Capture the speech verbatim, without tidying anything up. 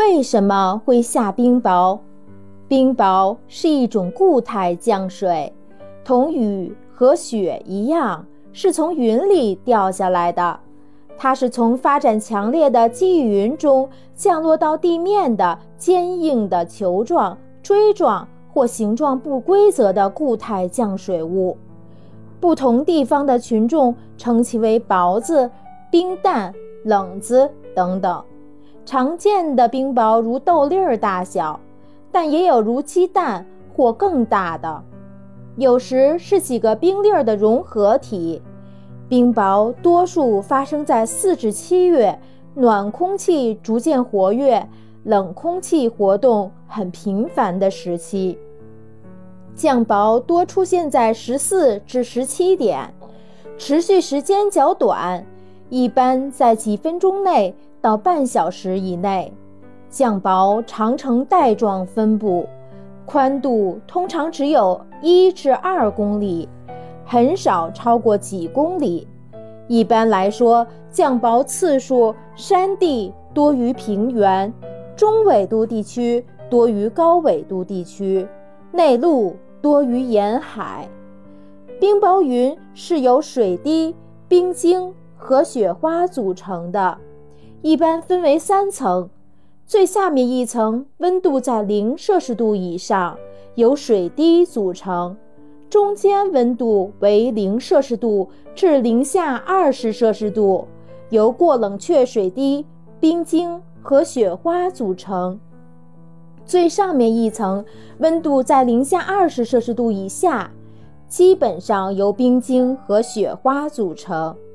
为什么会下冰雹？冰雹是一种固态降水，同雨和雪一样，是从云里掉下来的。它是从发展强烈的积雨云中降落到地面的坚硬的球状、锥状或形状不规则的固态降水物。不同地方的群众称其为雹子、冰弹、冷子等等。常见的冰雹如豆粒儿大小，但也有如鸡蛋或更大的，有时是几个冰粒儿的融合体。冰雹多数发生在四至七月，暖空气逐渐活跃，冷空气活动很频繁的时期。降雹多出现在十四至十七点，持续时间较短，一般在几分钟内到半小时以内。降雹常呈带状分布，宽度通常只有一至二公里，很少超过几公里。一般来说，降雹次数山地多于平原，中纬度地区多于高纬度地区，内陆多于沿海。冰雹云是由水滴、冰晶和雪花组成的，一般分为三层。最下面一层温度在零摄氏度以上，由水滴组成，中间温度为零摄氏度至零下二十摄氏度，由过冷却水滴、冰晶和雪花组成。最上面一层温度在零下二十摄氏度以下，基本上由冰晶和雪花组成。